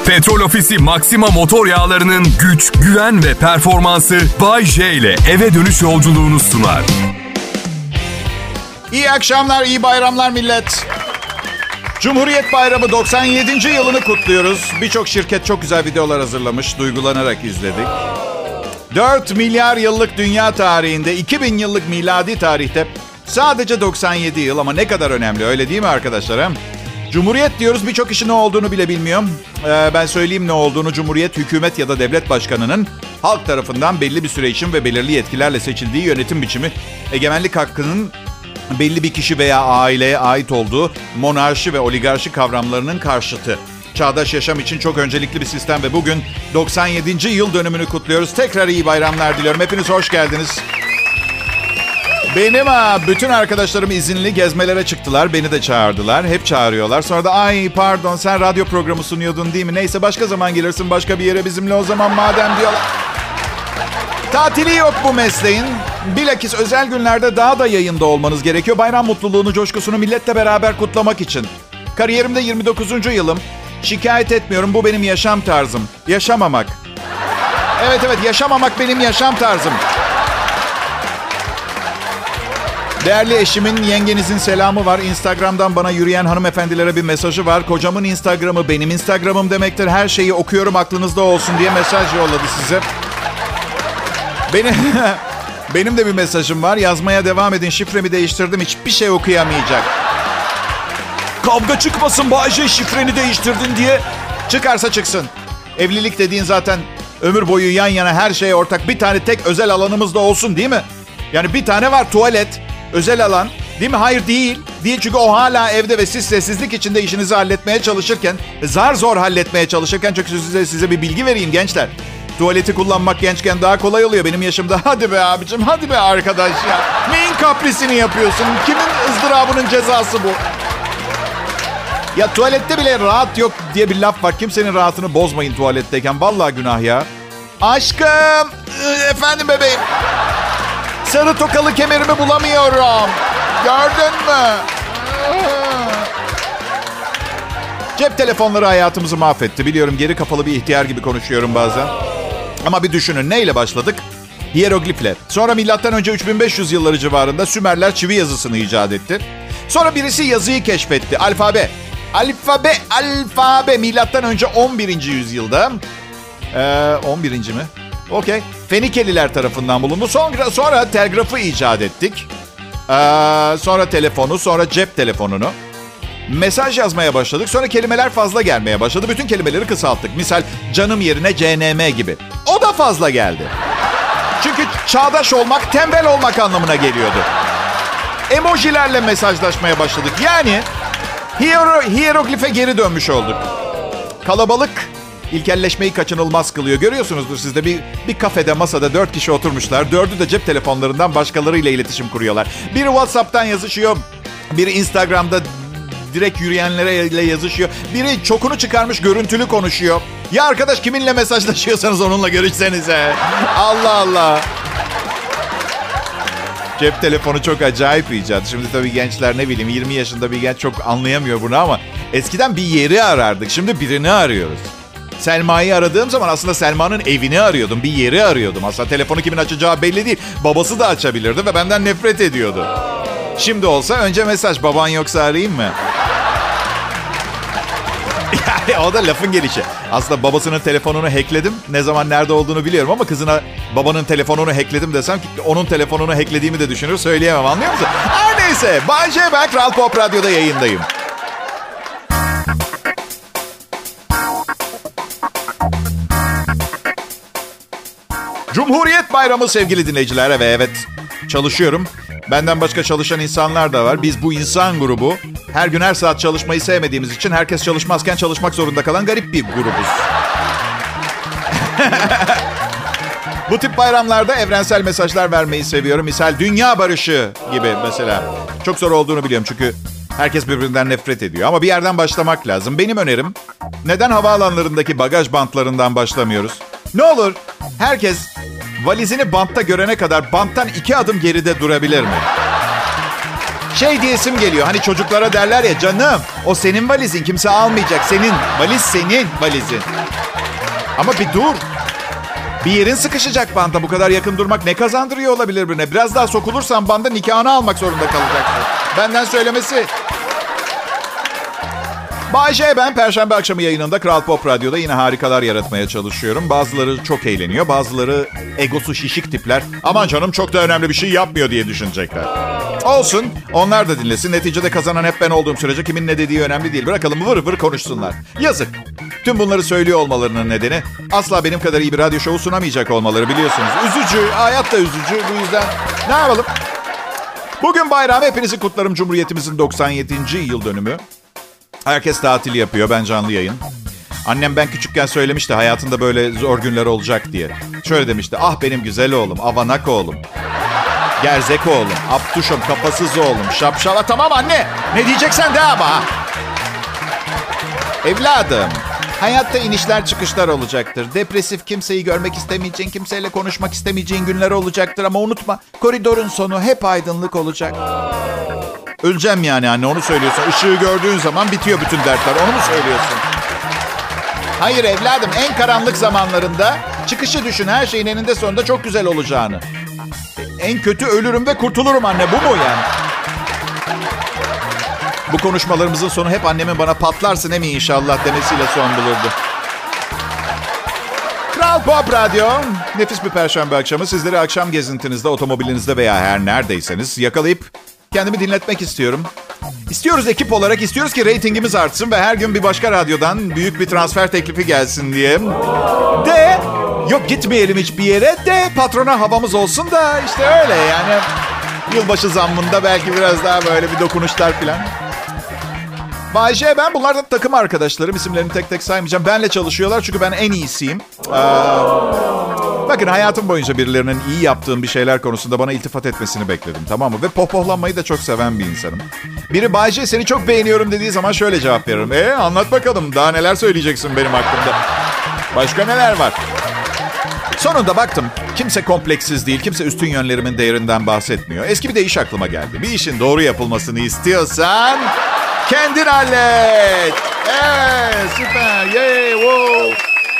Petrol Ofisi Maxima motor yağlarının güç, güven ve performansı Bay J ile eve dönüş yolculuğunu sunar. İyi akşamlar, iyi bayramlar millet. Cumhuriyet Bayramı 97. yılını kutluyoruz. Birçok şirket çok güzel videolar hazırlamış, duygulanarak izledik. 4 milyar yıllık dünya tarihinde, 2000 yıllık miladi tarihte sadece 97 yıl ama ne kadar önemli, öyle değil mi arkadaşlar? He? Cumhuriyet diyoruz, birçok kişi ne olduğunu bile bilmiyor. Ben söyleyeyim ne olduğunu. Cumhuriyet, hükümet ya da devlet başkanının halk tarafından belli bir süre için ve belirli yetkilerle seçildiği yönetim biçimi, egemenlik hakkının belli bir kişi veya aileye ait olduğu monarşi ve oligarşi kavramlarının karşıtı. Çağdaş yaşam için çok öncelikli bir sistem ve bugün 97. yıl dönümünü kutluyoruz. Tekrar iyi bayramlar diliyorum. Hepiniz hoş geldiniz. Benim bütün arkadaşlarım izinli, gezmelere çıktılar. Beni de çağırdılar. Hep çağırıyorlar. Sonra da ay pardon sen radyo programı sunuyordun değil mi? Neyse başka zaman gelirsin başka bir yere bizimle o zaman madem diyorlar. Tatili yok bu mesleğin. Bilakis özel günlerde daha da yayında olmanız gerekiyor. Bayram mutluluğunu, coşkusunu milletle beraber kutlamak için. Kariyerimde 29. yılım. Şikayet etmiyorum. Bu benim yaşam tarzım. Yaşamamak. Evet, yaşamamak benim yaşam tarzım. Değerli eşimin, yengenizin selamı var. Instagram'dan bana yürüyen hanımefendilere bir mesajı var. Kocamın Instagram'ı benim Instagram'ım demektir. Her şeyi okuyorum aklınızda olsun diye mesaj yolladı size. Benim de bir mesajım var. Yazmaya devam edin. Şifremi değiştirdim. Hiçbir şey okuyamayacak. Kavga çıkmasın Bayce, şifreni değiştirdin diye. Çıkarsa çıksın. Evlilik dediğin zaten ömür boyu yan yana her şeye ortak. Bir tane tek özel alanımız da olsun değil mi? Yani bir tane var, tuvalet. Özel alan. Değil mi? Hayır değil. Değil çünkü o hala evde ve siz sessizlik içinde işinizi halletmeye çalışırken, zar zor halletmeye çalışırken, çünkü size bir bilgi vereyim gençler. Tuvaleti kullanmak gençken daha kolay oluyor. Benim yaşımda hadi be abicim, hadi be arkadaş ya. Neyin kaprisini yapıyorsun? Kimin ızdırabının cezası bu? Ya tuvalette bile rahat yok diye bir laf var. Kimsenin rahatını bozmayın tuvaletteyken. Vallahi günah ya. Aşkım. Efendim bebeğim. Sarı tokalı kemerimi bulamıyorum. Gördün mü? Cep telefonları hayatımızı mahvetti. Biliyorum geri kafalı bir ihtiyar gibi konuşuyorum bazen. Ama bir düşünün, neyle başladık? Hiyeroglifle. Sonra milattan önce 3500 yılları civarında Sümerler çivi yazısını icat etti. Sonra birisi yazıyı keşfetti. Alfabe. Alfabe. Milattan önce 11. yüzyılda. 11. mi? Okey. Fenikeliler tarafından bulundu. Sonra telgrafı icat ettik. Sonra telefonu, sonra cep telefonunu. Mesaj yazmaya başladık. Sonra kelimeler fazla gelmeye başladı. Bütün kelimeleri kısalttık. Misal canım yerine CNM gibi. O da fazla geldi. Çünkü çağdaş olmak tembel olmak anlamına geliyordu. Emojilerle mesajlaşmaya başladık. Yani hieroglife geri dönmüş olduk. Kalabalık ilkelleşmeyi kaçınılmaz kılıyor. Görüyorsunuzdur siz de bir kafede, masada 4 kişi oturmuşlar. 4'ü de cep telefonlarından başkalarıyla iletişim kuruyorlar. Biri WhatsApp'tan yazışıyor. Biri Instagram'da direkt yürüyenlerle yazışıyor. Biri çokunu çıkarmış görüntülü konuşuyor. Ya arkadaş, kiminle mesajlaşıyorsanız onunla görüşsenize. Allah Allah. Cep telefonu çok acayip icat. Şimdi tabii gençler, ne bileyim, 20 yaşında bir genç çok anlayamıyor bunu ama eskiden bir yeri arardık. Şimdi birini arıyoruz. Selma'yı aradığım zaman aslında Selma'nın evini arıyordum. Bir yeri arıyordum. Aslında telefonu kimin açacağı belli değil. Babası da açabilirdi ve benden nefret ediyordu. Şimdi olsa önce mesaj. Baban yoksa arayayım mı? Yani o da lafın gelişi. Aslında babasının telefonunu hackledim. Ne zaman nerede olduğunu biliyorum ama kızına babanın telefonunu hackledim desem ki onun telefonunu hacklediğimi de düşünür, söyleyemem, anlıyor musun? Her neyse. Bay J ben Kral Pop Radyo'da yayındayım. Cumhuriyet Bayramı sevgili dinleyiciler. Evet, çalışıyorum. Benden başka çalışan insanlar da var. Biz bu insan grubu her gün her saat çalışmayı sevmediğimiz için herkes çalışmazken çalışmak zorunda kalan garip bir grubuz. Bu tip bayramlarda evrensel mesajlar vermeyi seviyorum. Misal dünya barışı gibi mesela. Çok zor olduğunu biliyorum çünkü herkes birbirinden nefret ediyor. Ama bir yerden başlamak lazım. Benim önerim, neden havaalanlarındaki bagaj bantlarından başlamıyoruz? Ne olur herkes valizini bantta görene kadar banttan 2 adım geride durabilir mi? Şey diyesim geliyor. Hani çocuklara derler ya, canım o senin valizin, kimse almayacak. Senin valiz, senin valizin. Ama bir dur. Bir yerin sıkışacak banta. Bu kadar yakın durmak ne kazandırıyor olabilir birine? Biraz daha sokulursan banda nikahını almak zorunda kalacaksın. Benden söylemesi. Bay J, ben Perşembe akşamı yayınında Kral Pop Radyo'da yine harikalar yaratmaya çalışıyorum. Bazıları çok eğleniyor, bazıları egosu şişik tipler. Aman canım çok da önemli bir şey yapmıyor diye düşünecekler. Olsun, onlar da dinlesin. Neticede kazanan hep ben olduğum sürece kimin ne dediği önemli değil. Bırakalım vır vır konuşsunlar. Yazık. Tüm bunları söylüyor olmalarının nedeni asla benim kadar iyi bir radyo şovu sunamayacak olmaları, biliyorsunuz. Üzücü, hayat da üzücü. Bu yüzden ne yapalım? Bugün bayram, hepinizi kutlarım. Cumhuriyetimizin 97. yıl dönümü. Herkes tatil yapıyor, ben canlı yayın. Annem ben küçükken söylemişti hayatında böyle zor günler olacak diye. Şöyle demişti: ah benim güzel oğlum, avanak oğlum, gerzek oğlum, aptuşum, kafasız oğlum, şapşala. Tamam anne, ne diyeceksen de ama. Evladım, hayatta inişler çıkışlar olacaktır. Depresif, kimseyi görmek istemeyeceğin, kimseyle konuşmak istemeyeceğin günler olacaktır. Ama unutma, koridorun sonu hep aydınlık olacak. Öleceğim yani anne, onu söylüyorsun. Işığı gördüğün zaman bitiyor bütün dertler, onu mu söylüyorsun? Hayır evladım, en karanlık zamanlarında çıkışı düşün, her şeyin eninde sonunda çok güzel olacağını. En kötü ölürüm ve kurtulurum anne, bu mu yani? Bu konuşmalarımızın sonu hep annemin bana patlarsın emi inşallah demesiyle son bulurdu. Kral Pop Radyo, nefis bir perşembe akşamı. Sizleri akşam gezintinizde, otomobilinizde veya her neredeyseniz yakalayıp kendimi dinletmek istiyorum. İstiyoruz ekip olarak, istiyoruz ki reytingimiz artsın ve her gün bir başka radyodan büyük bir transfer teklifi gelsin diye. Yok gitmeyelim hiçbir yere de patrona havamız olsun da işte öyle yani. Yılbaşı zammında belki biraz daha böyle bir dokunuşlar falan. Bay J, ben bunlardan takım arkadaşlarım. İsimlerini tek tek saymayacağım. Benle çalışıyorlar çünkü ben en iyisiyim. Bakın hayatım boyunca birilerinin iyi yaptığım bir şeyler konusunda bana iltifat etmesini bekledim, tamam mı? Ve pohpohlanmayı da çok seven bir insanım. Biri Bay J seni çok beğeniyorum dediği zaman şöyle cevap veririm. Anlat bakalım, daha neler söyleyeceksin benim hakkımda? Başka neler var? Sonunda baktım kimse kompleksiz değil, kimse üstün yönlerimin değerinden bahsetmiyor. Eski bir deyiş aklıma geldi. Bir işin doğru yapılmasını istiyorsan kendin hallet. Evet, süper. Yay, wow.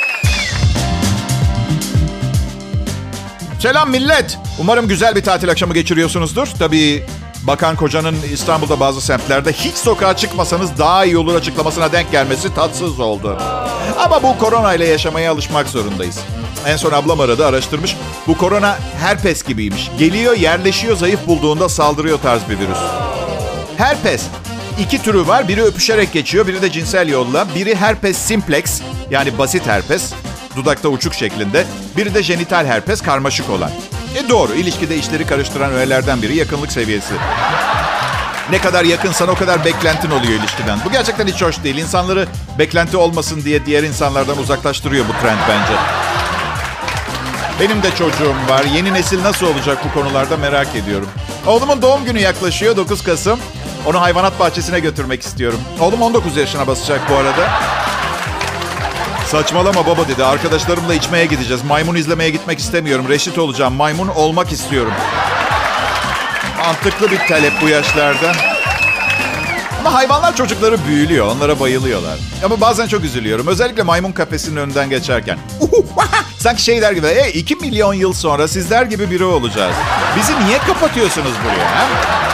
Selam millet. Umarım güzel bir tatil akşamı geçiriyorsunuzdur. Tabii Bakan Koca'nın İstanbul'da bazı semtlerde hiç sokağa çıkmasanız daha iyi olur açıklamasına denk gelmesi tatsız oldu. Ama bu korona ile yaşamaya alışmak zorundayız. En son ablam aradı, araştırmış. Bu korona herpes gibiymiş. Geliyor, yerleşiyor, zayıf bulduğunda saldırıyor tarz bir virüs. Herpes. 2 türü var. Biri öpüşerek geçiyor, biri de cinsel yolla. Biri herpes simplex, yani basit herpes, dudakta uçuk şeklinde. Biri de jenital herpes, karmaşık olan. Doğru, ilişkide işleri karıştıran öğelerden biri yakınlık seviyesi. Ne kadar yakınsan o kadar beklentin oluyor ilişkiden. Bu gerçekten hiç hoş değil. İnsanları beklenti olmasın diye diğer insanlardan uzaklaştırıyor bu trend bence. Benim de çocuğum var. Yeni nesil nasıl olacak bu konularda merak ediyorum. Oğlumun doğum günü yaklaşıyor, 9 Kasım. Onu hayvanat bahçesine götürmek istiyorum. Oğlum 19 yaşına basacak bu arada. Saçmalama baba dedi. Arkadaşlarımla içmeye gideceğiz. Maymun izlemeye gitmek istemiyorum. Reşit olacağım. Maymun olmak istiyorum. Mantıklı bir talep bu yaşlarda. Ama hayvanlar çocukları büyülüyor. Onlara bayılıyorlar. Ama bazen çok üzülüyorum. Özellikle maymun kafesinin önünden geçerken. Sanki şey der gibi. 2 milyon yıl sonra sizler gibi biri olacağız. Bizi niye kapatıyorsunuz buraya? He?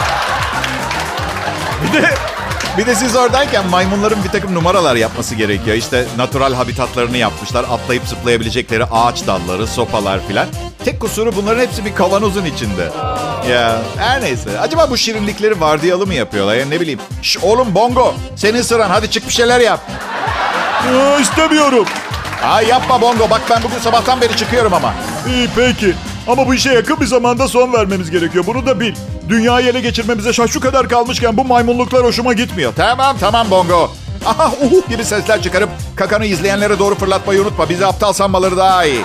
Bir de siz oradayken maymunların bir takım numaralar yapması gerekiyor. İşte natural habitatlarını yapmışlar. Atlayıp zıplayabilecekleri ağaç dalları, sopalar filan. Tek kusuru bunların hepsi bir kavanozun içinde. Ya her neyse. Acaba bu şirinlikleri vardiyalı mı yapıyorlar? Ya ne bileyim. Şş, oğlum Bongo, senin sıran, hadi çık bir şeyler yap. İstemiyorum. Yapma Bongo, bak ben bugün sabahtan beri çıkıyorum ama. İyi peki. Ama bu işe yakın bir zamanda son vermemiz gerekiyor. Bunu da bil. Dünyayı ele geçirmemize şu kadar kalmışken bu maymunluklar hoşuma gitmiyor. Tamam Bongo. Aha gibi sesler çıkarıp kakanı izleyenlere doğru fırlatmayı unutma. Bizi aptal sanmaları daha iyi.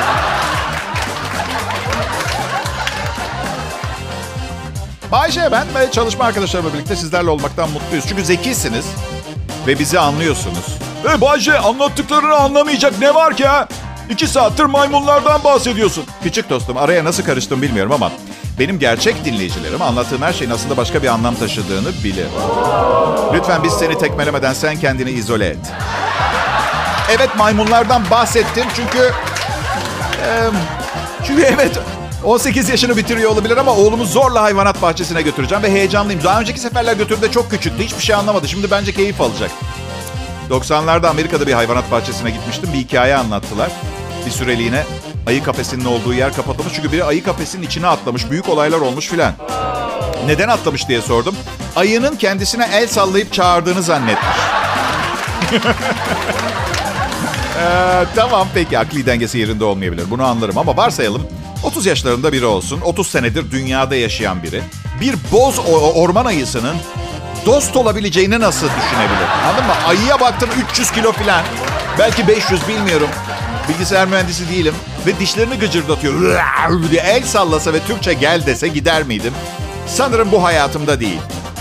Bayce, ben ve çalışma arkadaşlarımla birlikte sizlerle olmaktan mutluyuz. Çünkü zekisiniz ve bizi anlıyorsunuz. Bayce, anlattıklarını anlamayacak ne var ki ha? 2 saattir maymunlardan bahsediyorsun. Küçük dostum, araya nasıl karıştım bilmiyorum ama Benim gerçek dinleyicilerim anlattığım her şeyin aslında başka bir anlam taşıdığını bilir. Lütfen biz seni tekmelemeden sen kendini izole et. Evet, maymunlardan bahsettim çünkü evet 18 yaşını bitiriyor olabilir ama oğlumu zorla hayvanat bahçesine götüreceğim ve heyecanlıyım. Daha önceki seferler götürdüğümde çok küçüktü, hiçbir şey anlamadı. Şimdi bence keyif alacak. 90'larda Amerika'da bir hayvanat bahçesine gitmiştim. Bir hikaye anlattılar. Bir süreliğine ayı kafesinin olduğu yer kapatılmış. Çünkü biri ayı kafesinin içine atlamış. Büyük olaylar olmuş filan. Neden atlamış diye sordum. Ayının kendisine el sallayıp çağırdığını zannetmiş. Tamam peki, akli dengesi yerinde olmayabilir. Bunu anlarım ama varsayalım 30 yaşlarında biri olsun. 30 senedir dünyada yaşayan biri. Bir boz orman ayısının dost olabileceğini nasıl düşünebilir? Anladın mı? Ayıya baktım 300 kilo falan. Belki 500, bilmiyorum. Bilgisayar mühendisi değilim. Ve dişlerini gıcırdatıyor. Diye el sallasa ve Türkçe gel dese gider miydim? Sanırım bu hayatımda değil.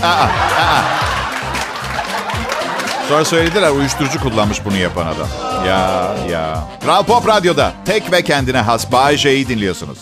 Sonra söylediler uyuşturucu kullanmış bunu yapan adam. Ya. Kral Pop Radyo'da tek ve kendine has Bay J'yi dinliyorsunuz.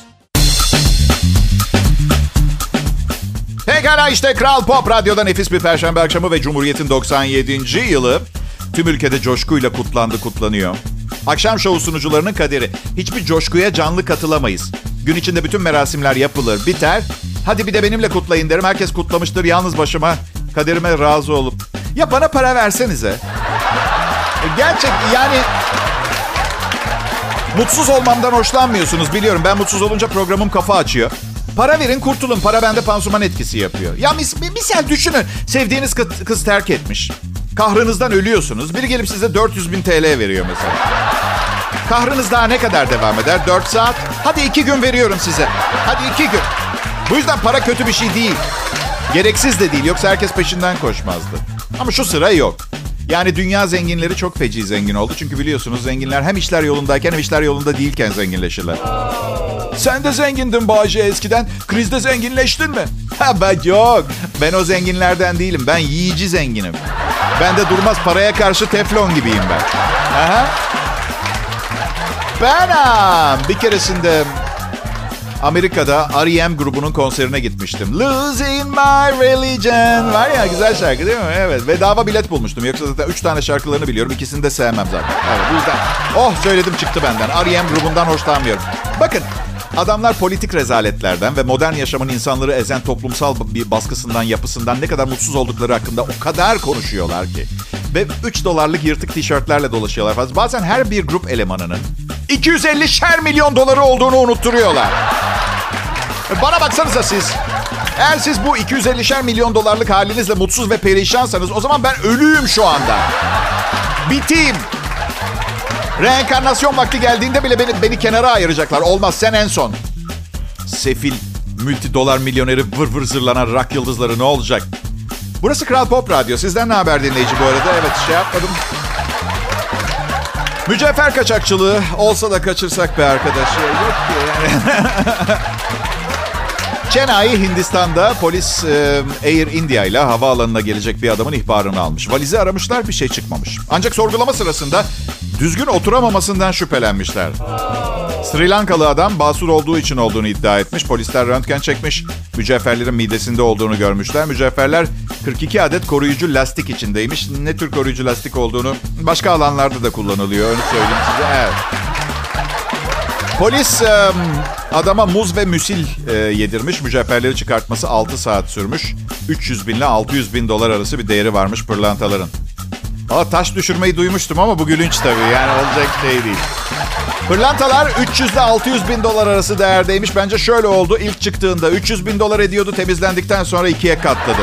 Pekala, işte Kral Pop Radyo'da nefis bir perşembe akşamı ve Cumhuriyet'in 97. yılı tüm ülkede coşkuyla kutlanıyor. Akşam şovu sunucularının kaderi. Hiçbir coşkuya canlı katılamayız. Gün içinde bütün merasimler yapılır, biter. Hadi bir de benimle kutlayın derim. Herkes kutlamıştır, yalnız başıma kaderime razı olup. Ya bana para versenize. Gerçek yani... Mutsuz olmamdan hoşlanmıyorsunuz biliyorum. Ben mutsuz olunca programım kafa açıyor. Para verin kurtulun. Para bende pansuman etkisi yapıyor. Ya misal düşünün. Sevdiğiniz kız terk etmiş. Kahrınızdan ölüyorsunuz. Biri gelip size 400.000 TL veriyor mesela. Kahrınız daha ne kadar devam eder? 4 saat? Hadi 2 gün veriyorum size. Hadi 2 gün. Bu yüzden para kötü bir şey değil. Gereksiz de değil. Yoksa herkes peşinden koşmazdı. Ama şu sıra yok. Yani dünya zenginleri çok feci zengin oldu. Çünkü biliyorsunuz zenginler hem işler yolundayken hem işler yolunda değilken zenginleşirler. Sen de zengindin Bayce eskiden. Krizde zenginleştin mi? Ben yok. Ben o zenginlerden değilim. Ben yiyici zenginim. Ben de durmaz paraya karşı teflon gibiyim ben. Aha. Bir keresinde Amerika'da R.E.M. grubunun konserine gitmiştim. Losing My Religion. Var ya, güzel şarkı değil mi? Evet. Bedava bilet bulmuştum. Yoksa zaten 3 tane şarkılarını biliyorum. İkisini de sevmem zaten. Evet, bu yüzden söyledim çıktı benden. R.E.M. grubundan hoşlanmıyorum. Bakın, adamlar politik rezaletlerden ve modern yaşamın insanları ezen toplumsal bir baskısından, yapısından ne kadar mutsuz oldukları hakkında o kadar konuşuyorlar ki. Ve $3 yırtık tişörtlerle dolaşıyorlar. Bazen her bir grup elemanının 250'şer milyon doları olduğunu unutturuyorlar. Bana baksanıza siz. Eğer siz bu 250'şer milyon dolarlık halinizle mutsuz ve perişansanız o zaman ben ölüyüm şu anda. Biteyim. Reenkarnasyon vakti geldiğinde bile beni kenara ayıracaklar. Olmaz, sen en son. Sefil, multidolar milyoneri, vır vır zırlanan rock yıldızları ne olacak? Burası Kral Pop Radyo. Sizden ne haber dinleyici bu arada? Evet, yapmadım. Mücevher kaçakçılığı olsa da kaçırsak be arkadaş. Yok ki yani. Chennai, Hindistan'da polis Air India ile havaalanına gelecek bir adamın ihbarını almış. Valizi aramışlar, bir şey çıkmamış. Ancak sorgulama sırasında düzgün oturamamasından şüphelenmişler. Sri Lankalı adam basur olduğu için olduğunu iddia etmiş. Polisler röntgen çekmiş. Mücevherlerin midesinde olduğunu görmüşler. Mücevherler 42 adet koruyucu lastik içindeymiş. Ne tür koruyucu lastik olduğunu başka alanlarda da kullanılıyor. Onu söyleyeyim size. Evet. Polis adama muz ve müsil yedirmiş. Mücevherleri çıkartması 6 saat sürmüş. 300 bin ile 600 bin dolar arası bir değeri varmış pırlantaların. Taş düşürmeyi duymuştum ama bu gülünç tabii. Yani olacak şey değil. Pırlantalar 300 ile 600 bin dolar arası değerdeymiş. Bence şöyle oldu. İlk çıktığında 300 bin dolar ediyordu. Temizlendikten sonra 2'ye katladı.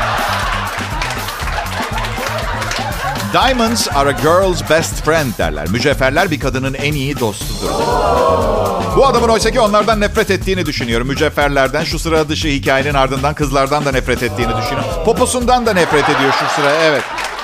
Diamonds are a girl's best friend derler. Mücevherler bir kadının en iyi dostudur. Bu adamın oysaki onlardan nefret ettiğini düşünüyorum. Mücevherlerden, şu sıra dışı hikayenin ardından kızlardan da nefret ettiğini düşünüyorum. Poposundan da nefret ediyor şu sıra, evet.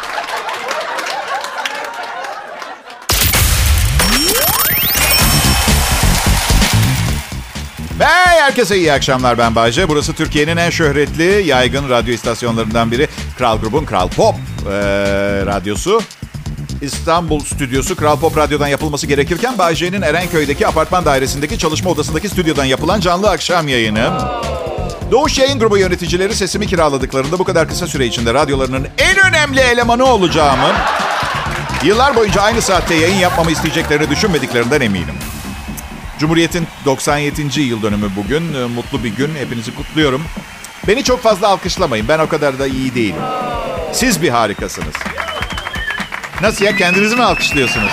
Hey, herkese iyi akşamlar, ben Bayce. Burası Türkiye'nin en şöhretli, yaygın radyo istasyonlarından biri. Kral Grubun Kral Pop radyosu. İstanbul stüdyosu Kral Pop Radyo'dan yapılması gerekirken Bay J'nin Erenköy'deki apartman dairesindeki çalışma odasındaki stüdyodan yapılan canlı akşam yayını. Doğuş Yayın Grubu yöneticileri sesimi kiraladıklarında bu kadar kısa süre içinde radyolarının en önemli elemanı olacağımı, yıllar boyunca aynı saatte yayın yapmamı isteyeceklerini düşünmediklerinden eminim. Cumhuriyet'in 97. yıl dönümü bugün. Mutlu bir gün. Hepinizi kutluyorum. Beni çok fazla alkışlamayın. Ben o kadar da iyi değilim. Siz bir harikasınız. Nasıl ya? Kendinizi mi alkışlıyorsunuz?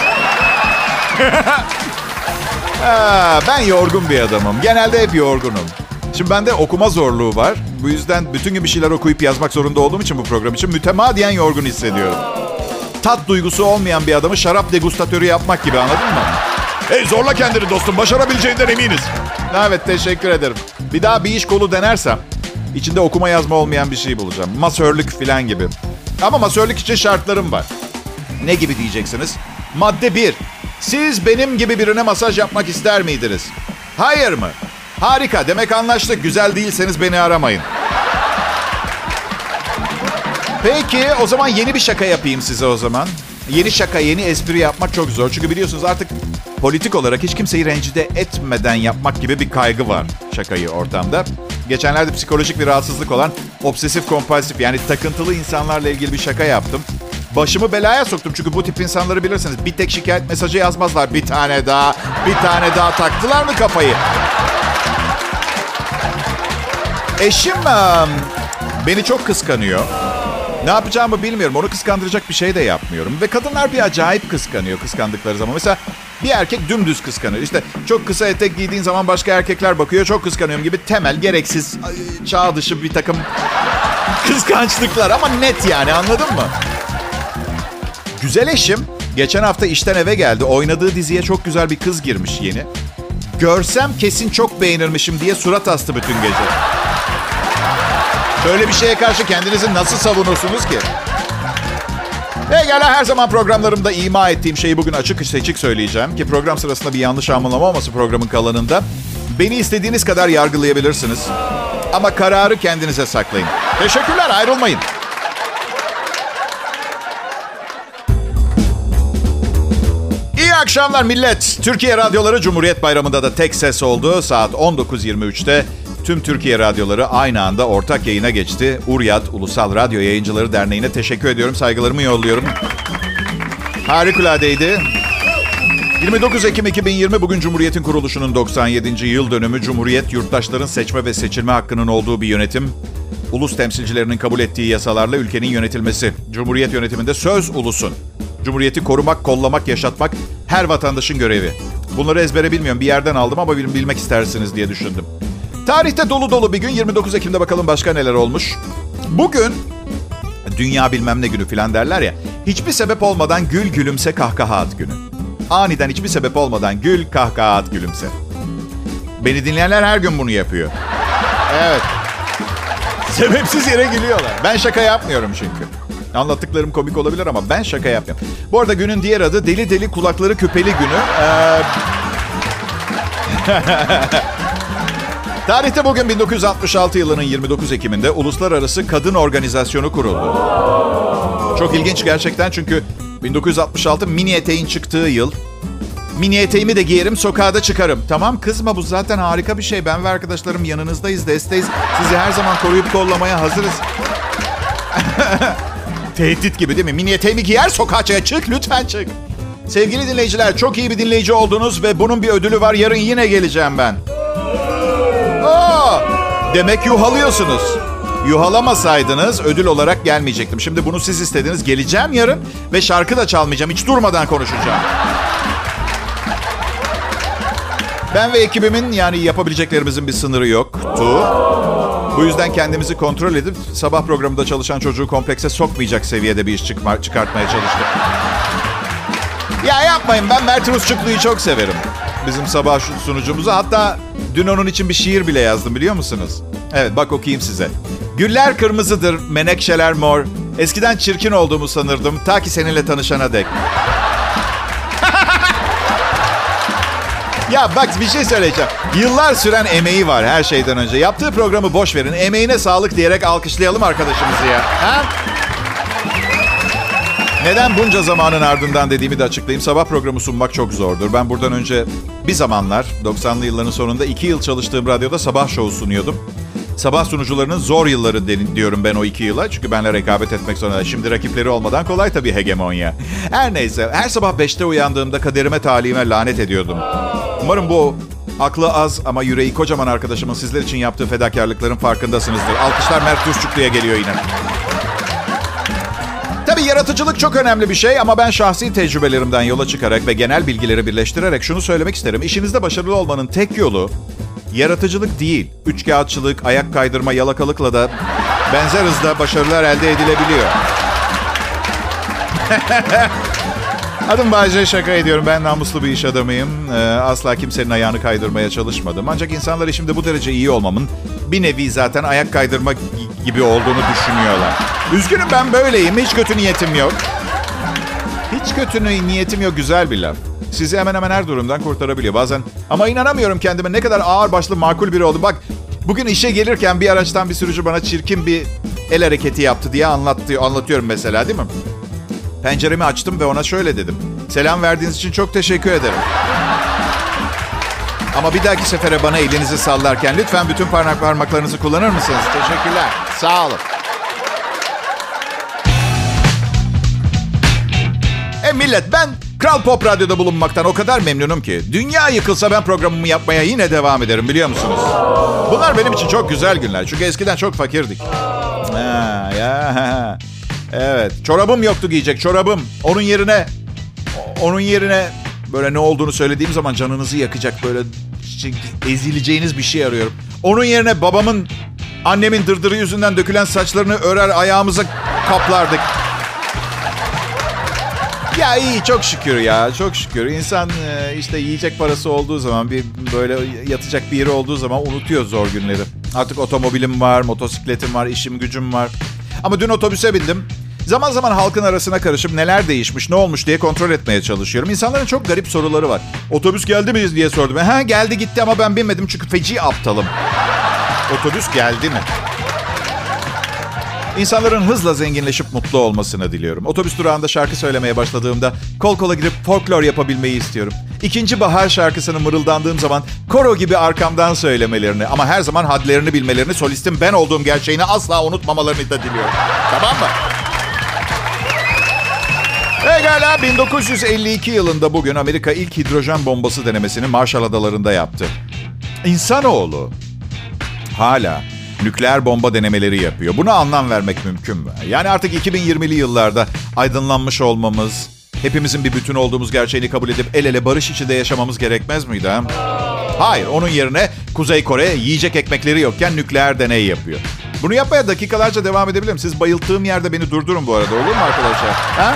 Ben yorgun bir adamım. Genelde hep yorgunum. Şimdi bende okuma zorluğu var. Bu yüzden bütün gün bir şeyler okuyup yazmak zorunda olduğum için bu program için mütemadiyen yorgun hissediyorum. Tat duygusu olmayan bir adamı şarap degustatörü yapmak gibi, anladın mı? Hey, zorla kendini dostum. Başarabileceğinden eminiz. Evet, teşekkür ederim. Bir daha bir iş kolu denersem içinde okuma yazma olmayan bir şey bulacağım. Masörlük falan gibi. Ama masörlük için şartlarım var. Ne gibi diyeceksiniz? Madde 1. Siz benim gibi birine masaj yapmak ister miydiniz? Hayır mı? Harika. Demek anlaştık. Güzel değilseniz beni aramayın. Peki, o zaman yeni bir şaka yapayım size o zaman. Yeni şaka, yeni espri yapmak çok zor. Çünkü biliyorsunuz artık politik olarak hiç kimseyi rencide etmeden yapmak gibi bir kaygı var şakayı ortamda. Geçenlerde psikolojik bir rahatsızlık olan obsesif kompulsif, yani takıntılı insanlarla ilgili bir şaka yaptım. Başımı belaya soktum çünkü bu tip insanları bilirsiniz. Bir tek şikayet mesajı yazmazlar. Bir tane daha taktılar mı kafayı? Eşim beni çok kıskanıyor. Ne yapacağımı bilmiyorum. Onu kıskandıracak bir şey de yapmıyorum. Ve kadınlar bir acayip kıskanıyor kıskandıkları zaman. Mesela bir erkek dümdüz kıskanıyor. İşte çok kısa etek giydiğin zaman başka erkekler bakıyor. Çok kıskanıyorum gibi temel, gereksiz, çağ dışı bir takım kıskançlıklar. Ama net yani, anladın mı? Güzel eşim geçen hafta işten eve geldi. Oynadığı diziye çok güzel bir kız girmiş yeni. Görsem kesin çok beğenirmişim diye surat astı bütün gece. Böyle bir şeye karşı kendinizi nasıl savunursunuz ki? Pekala, her zaman programlarımda ima ettiğim şeyi bugün açık seçik söyleyeceğim. Ki program sırasında bir yanlış anlama olması programın kalanında. Beni istediğiniz kadar yargılayabilirsiniz. Ama kararı kendinize saklayın. Teşekkürler, ayrılmayın. İyi akşamlar millet. Türkiye radyoları Cumhuriyet Bayramı'nda da tek ses oldu. Saat 19.23'te tüm Türkiye radyoları aynı anda ortak yayına geçti. Uryat Ulusal Radyo Yayıncıları Derneği'ne teşekkür ediyorum. Saygılarımı yolluyorum. Harikuladeydi. 29 Ekim 2020 bugün Cumhuriyet'in kuruluşunun 97. yıl dönümü. Cumhuriyet, yurttaşların seçme ve seçilme hakkının olduğu bir yönetim. Ulus temsilcilerinin kabul ettiği yasalarla ülkenin yönetilmesi. Cumhuriyet yönetiminde söz ulusun. Cumhuriyeti korumak, kollamak, yaşatmak her vatandaşın görevi. Bunları ezbere bilmiyorum. Bir yerden aldım ama bilmek istersiniz diye düşündüm. Tarihte dolu dolu bir gün. 29 Ekim'de bakalım başka neler olmuş. Bugün dünya bilmem ne günü falan derler ya. Hiçbir sebep olmadan gül, gülümse, kahkaha at günü. Aniden hiçbir sebep olmadan gül, kahkaha at, gülümse. Beni dinleyenler her gün bunu yapıyor. Evet. Sebepsiz yere gülüyorlar. Ben şaka yapmıyorum çünkü. Anlattıklarım komik olabilir ama ben şaka yapmıyorum. Bu arada günün diğer adı deli deli kulakları küpeli günü. Tarihte bugün 1966 yılının 29 Ekim'inde Uluslararası Kadın Organizasyonu kuruldu. Çok ilginç gerçekten çünkü 1966 mini eteğin çıktığı yıl. Mini eteğimi de giyerim, sokağa da çıkarım. Tamam, kızma, bu zaten harika bir şey. Ben ve arkadaşlarım yanınızdayız, desteğiz. Sizi her zaman koruyup kollamaya hazırız. Tehdit gibi değil mi? Mini eteğimi giyer, sokağa çık, lütfen çık. Sevgili dinleyiciler, çok iyi bir dinleyici oldunuz ve bunun bir ödülü var. Yarın yine geleceğim ben. Demek yuhalıyorsunuz. Yuhalamasaydınız ödül olarak gelmeyecektim. Şimdi bunu siz istediniz. Geleceğim yarın ve şarkı da çalmayacağım. Hiç durmadan konuşacağım. Ben ve ekibimin, yani yapabileceklerimizin bir sınırı yoktu. Bu yüzden kendimizi kontrol edip sabah programında çalışan çocuğu komplekse sokmayacak seviyede bir iş çıkartmaya çalıştık. Ya yapmayın, ben Mert Rusçuklu'yu çok severim. Bizim sabah sunucumuzu. Hatta dün onun için bir şiir bile yazdım, biliyor musunuz? Evet, bak okuyayım size. Güller kırmızıdır, menekşeler mor. Eskiden çirkin olduğumu sanırdım ta ki seninle tanışana dek. Ya bak, bir şey söyleyeceğim. Yıllar süren emeği var her şeyden önce. Yaptığı programı boş verin. Emeğine sağlık diyerek alkışlayalım arkadaşımızı ya. Ha? Neden bunca zamanın ardından dediğimi de açıklayayım. Sabah programı sunmak çok zordur. Ben buradan önce bir zamanlar 90'lı yılların sonunda 2 yıl çalıştığım radyoda sabah şovu sunuyordum. Sabah sunucularının zor yılları diyorum ben o 2 yıla. Çünkü benimle rekabet etmek zorunda. Şimdi rakipleri olmadan kolay tabii hegemonya. Her neyse, her sabah 5'te uyandığımda kaderime talihime lanet ediyordum. Umarım bu aklı az ama yüreği kocaman arkadaşımın sizler için yaptığı fedakarlıkların farkındasınızdır. Alkışlar Mert Düzçüklü'ye geliyor yine. Tabii yaratıcılık çok önemli bir şey ama ben şahsi tecrübelerimden yola çıkarak ve genel bilgileri birleştirerek şunu söylemek isterim. İşinizde başarılı olmanın tek yolu yaratıcılık değil. Üçkağıtçılık, ayak kaydırma, yalakalıkla da benzer hızda başarılar elde edilebiliyor. Adım Bay J, şaka ediyorum. Ben namuslu bir iş adamıyım. Asla kimsenin ayağını kaydırmaya çalışmadım. Ancak insanlar işimde bu derece iyi olmamın bir nevi zaten ayak kaydırma gibi olduğunu düşünüyorlar. Üzgünüm, ben böyleyim. Hiç kötü niyetim yok. Hiç kötü niyetim yok. Güzel bir laf. Sizi hemen hemen her durumdan kurtarabiliyor bazen. Ama inanamıyorum kendime ne kadar ağırbaşlı, makul biri oldum. Bak, bugün işe gelirken bir araçtan bir sürücü bana çirkin bir el hareketi yaptı diye anlatıyorum mesela, değil mi? Penceremi açtım ve ona şöyle dedim. Selam verdiğiniz için çok teşekkür ederim. Ama bir dahaki sefere bana elinizi sallarken lütfen bütün parmaklarınızı kullanır mısınız? Teşekkürler. Sağ olun. Millet, ben Kral Pop Radyo'da bulunmaktan o kadar memnunum ki. Dünya yıkılsa ben programımı yapmaya yine devam ederim, biliyor musunuz? Bunlar benim için çok güzel günler. Çünkü eskiden çok fakirdik. Evet. Çorabım yoktu giyecek, çorabım. Onun yerine böyle ne olduğunu söylediğim zaman canınızı yakacak, böyle ezileceğiniz bir şey arıyorum. Onun yerine annemin dırdırı yüzünden dökülen saçlarını örer ayağımıza kaplardık. Ya iyi, çok şükür ya, çok şükür. İnsan işte yiyecek parası olduğu zaman, bir böyle yatacak bir yeri olduğu zaman unutuyor zor günleri. Artık otomobilim var, motosikletim var, işim gücüm var. Ama dün otobüse bindim. Zaman zaman halkın arasına karışıp neler değişmiş, ne olmuş diye kontrol etmeye çalışıyorum. İnsanların çok garip soruları var. Otobüs geldi mi diye sordum. Geldi gitti ama ben binmedim çünkü feci aptalım. Otobüs geldi mi? İnsanların hızla zenginleşip mutlu olmasını diliyorum. Otobüs durağında şarkı söylemeye başladığımda kol kola girip folklor yapabilmeyi istiyorum. İkinci bahar şarkısını mırıldandığım zaman koro gibi arkamdan söylemelerini ama her zaman hadlerini bilmelerini, solistin ben olduğum gerçeğini asla unutmamalarını da diliyorum. Tamam mı? Pekala, 1952 yılında bugün Amerika ilk hidrojen bombası denemesini Marshall Adaları'nda yaptı. İnsanoğlu hala nükleer bomba denemeleri yapıyor. Buna anlam vermek mümkün mü? Yani artık 2020'li yıllarda aydınlanmış olmamız, hepimizin bir bütün olduğumuz gerçeğini kabul edip el ele barış içinde yaşamamız gerekmez miydi? Ha? Hayır, onun yerine Kuzey Kore yiyecek ekmekleri yokken nükleer deney yapıyor. Bunu yapmaya dakikalarca devam edebilirim. Siz bayılttığım yerde beni durdurun bu arada, olur mu arkadaşlar? Ha?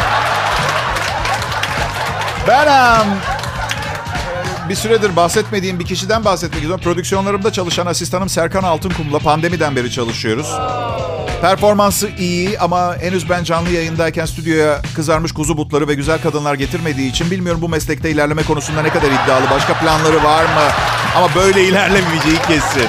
Ben bir süredir bahsetmediğim bir kişiden bahsetmek istiyorum. Prodüksiyonlarımda çalışan asistanım Serkan Altınkum'la pandemiden beri çalışıyoruz. Performansı iyi ama henüz ben canlı yayındayken stüdyoya kızarmış kuzu butları ve güzel kadınlar getirmediği için bilmiyorum bu meslekte ilerleme konusunda ne kadar iddialı. Başka planları var mı? Ama böyle ilerlemeyeceği kesin.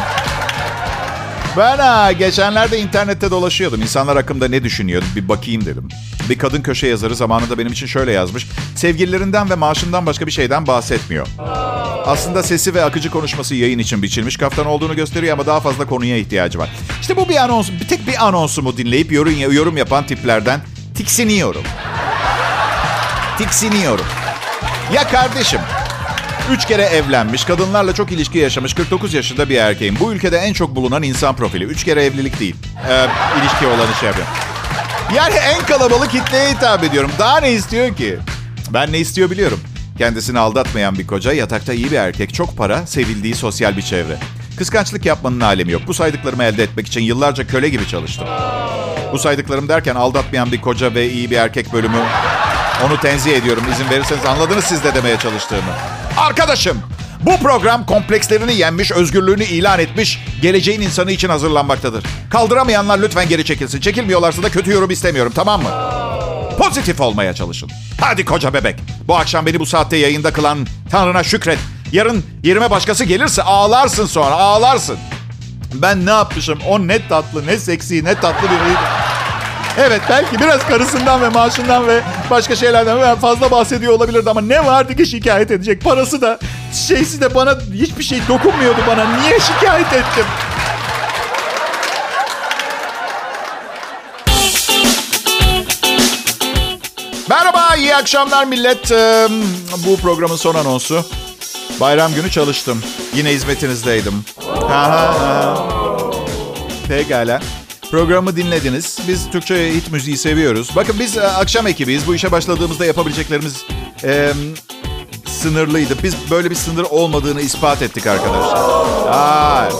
Ben geçenlerde internette dolaşıyordum. İnsanlar hakkında ne düşünüyor bir bakayım dedim. Bir kadın köşe yazarı zamanında benim için şöyle yazmış. Sevgililerinden ve maaşından başka bir şeyden bahsetmiyor. Aslında sesi ve akıcı konuşması yayın için biçilmiş kaftan olduğunu gösteriyor ama daha fazla konuya ihtiyacı var. İşte bu bir anons. Tek bir anonsumu dinleyip yorum yapan tiplerden tiksiniyorum. Tiksiniyorum. Ya kardeşim, 3 kere evlenmiş, kadınlarla çok ilişki yaşamış 49 yaşında bir erkeğim. Bu ülkede en çok bulunan insan profili. 3 kere evlilik değil. İlişki olanı şey yapıyor. Yani en kalabalık kitleye hitap ediyorum. Daha ne istiyor ki? Ben ne istiyor biliyorum. Kendisini aldatmayan bir koca, yatakta iyi bir erkek, çok para, sevildiği sosyal bir çevre. Kıskançlık yapmanın alemi yok. Bu saydıklarımı elde etmek için yıllarca köle gibi çalıştım. Bu saydıklarım derken aldatmayan bir koca ve iyi bir erkek bölümü, onu tenzih ediyorum. İzin verirseniz anladınız siz de demeye çalıştığımı. Arkadaşım, bu program komplekslerini yenmiş, özgürlüğünü ilan etmiş, geleceğin insanı için hazırlanmaktadır. Kaldıramayanlar lütfen geri çekilsin. Çekilmiyorlarsa da kötü yorum istemiyorum, tamam mı? Pozitif olmaya çalışın. Hadi koca bebek. Bu akşam beni bu saatte yayında kılan Tanrı'na şükret. Yarın yerime başkası gelirse ağlarsın sonra, ağlarsın. Ben ne yapmışım? O ne tatlı, ne seksi, ne tatlı biriydi. Evet, belki biraz karısından ve maaşından ve başka şeylerden fazla bahsediyor olabilirdi ama ne vardı ki şikayet edecek? Parası da şeysi de bana hiçbir şey dokunmuyordu bana. Niye şikayet ettim? Merhaba, iyi akşamlar millet. Bu programın son anonsu. Bayram günü çalıştım. Yine hizmetinizdeydim. Pekala. Programı dinlediniz. Biz Türkçe hit müziği seviyoruz. Bakın biz akşam ekibiyiz. Bu işe başladığımızda yapabileceklerimiz sınırlıydı. Biz böyle bir sınır olmadığını ispat ettik arkadaşlar.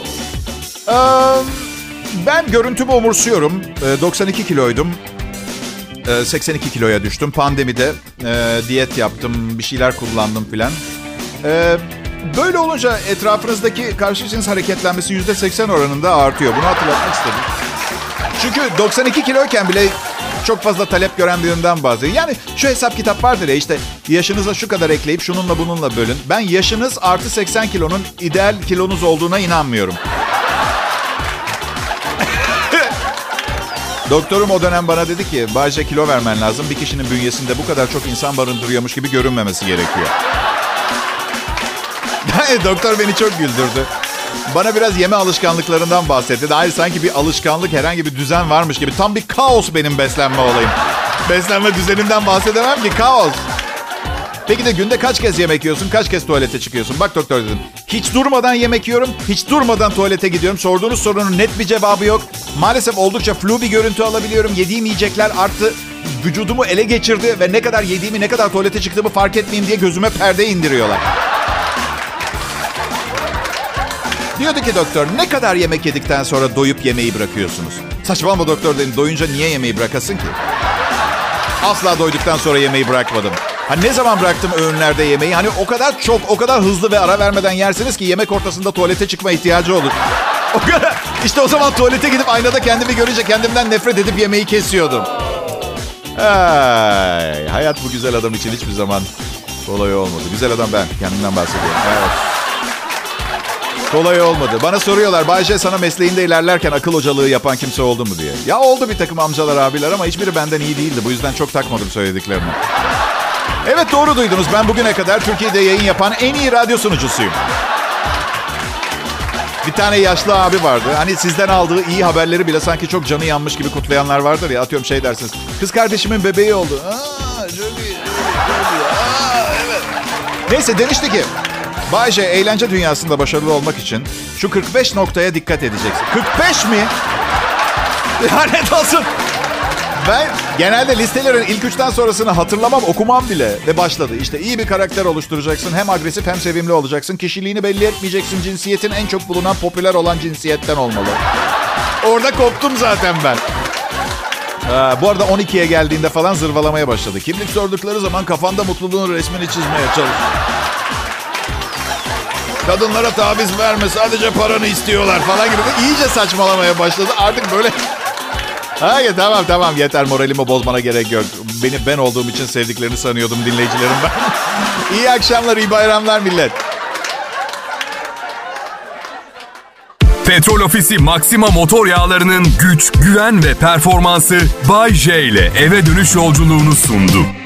Ben görüntümü umursuyorum. 92 kiloydum. 82 kiloya düştüm. Pandemide diyet yaptım. Bir şeyler kullandım filan. Böyle olunca etrafınızdaki karşı cins hareketlenmesi %80 oranında artıyor. Bunu hatırlatmak istedim. Çünkü 92 kiloyken bile çok fazla talep gören birinden bahsediyor. Yani şu hesap kitap vardır ya, işte yaşınıza şu kadar ekleyip şununla bununla bölün. Ben yaşınız artı 80 kilonun ideal kilonuz olduğuna inanmıyorum. Doktorum o dönem bana dedi ki, Bayce kilo vermen lazım. Bir kişinin bünyesinde bu kadar çok insan barındırıyormuş gibi görünmemesi gerekiyor. Doktor beni çok güldürdü. Bana biraz yeme alışkanlıklarından bahsetti. Hayır, sanki bir alışkanlık, herhangi bir düzen varmış gibi. Tam bir kaos benim beslenme olayım. Beslenme düzenimden bahsedemem ki, kaos. Peki de günde kaç kez yemek yiyorsun, kaç kez tuvalete çıkıyorsun? Bak doktor dedim. Hiç durmadan yemek yiyorum, hiç durmadan tuvalete gidiyorum. Sorduğunuz sorunun net bir cevabı yok. Maalesef oldukça flu bir görüntü alabiliyorum. Yediğim yiyecekler arttı. Vücudumu ele geçirdi ve ne kadar yediğimi, ne kadar tuvalete çıktığımı fark etmeyeyim diye gözüme perde indiriyorlar. Diyordu ki doktor, ne kadar yemek yedikten sonra doyup yemeği bırakıyorsunuz? Saçmalama doktor dedim, doyunca niye yemeği bırakasın ki? Asla doyduktan sonra yemeği bırakmadım. Ne zaman bıraktım öğünlerde yemeği? O kadar çok, o kadar hızlı ve ara vermeden yersiniz ki yemek ortasında tuvalete çıkma ihtiyacı olur. O kadar. İşte o zaman tuvalete gidip aynada kendimi görünce kendimden nefret edip yemeği kesiyordum. Hayat bu güzel adam için hiçbir zaman kolay olmadı. Güzel adam ben, kendimden bahsediyorum. Evet. Kolay olmadı. Bana soruyorlar, Bayce sana mesleğinde ilerlerken akıl hocalığı yapan kimse oldu mu diye. Ya oldu bir takım amcalar, abiler ama hiçbiri benden iyi değildi. Bu yüzden çok takmadım söylediklerine. Evet, doğru duydunuz. Ben bugüne kadar Türkiye'de yayın yapan en iyi radyo sunucusuyum. Bir tane yaşlı abi vardı. Sizden aldığı iyi haberleri bile sanki çok canı yanmış gibi kutlayanlar vardır ya. Atıyorum şey dersiniz. Kız kardeşimin bebeği oldu. Çok iyi. Evet. Neyse, demişti ki, Bayce, eğlence dünyasında başarılı olmak için şu 45 noktaya dikkat edeceksin. 45 mi? Lanet olsun. Ben genelde listelerin ilk 3'ten sonrasını hatırlamam, okumam bile. Ve başladı. İşte iyi bir karakter oluşturacaksın. Hem agresif hem sevimli olacaksın. Kişiliğini belli etmeyeceksin. Cinsiyetin en çok bulunan, popüler olan cinsiyetten olmalı. Orada koptum zaten ben. Bu arada 12'ye geldiğinde falan zırvalamaya başladı. Kimlik sordukları zaman kafanda mutluluğun resmini çizmeye çalış. Kadınlara taviz verme, sadece paranı istiyorlar falan gibi. İyice saçmalamaya başladı. Artık böyle... Hayır, tamam yeter, moralimi bozmana gerek yok. Ben olduğum için sevdiklerini sanıyordum dinleyicilerim ben. İyi akşamlar, iyi bayramlar millet. Petrol Ofisi Maxima motor yağlarının güç, güven ve performansı Bay J ile eve dönüş yolculuğunu sundu.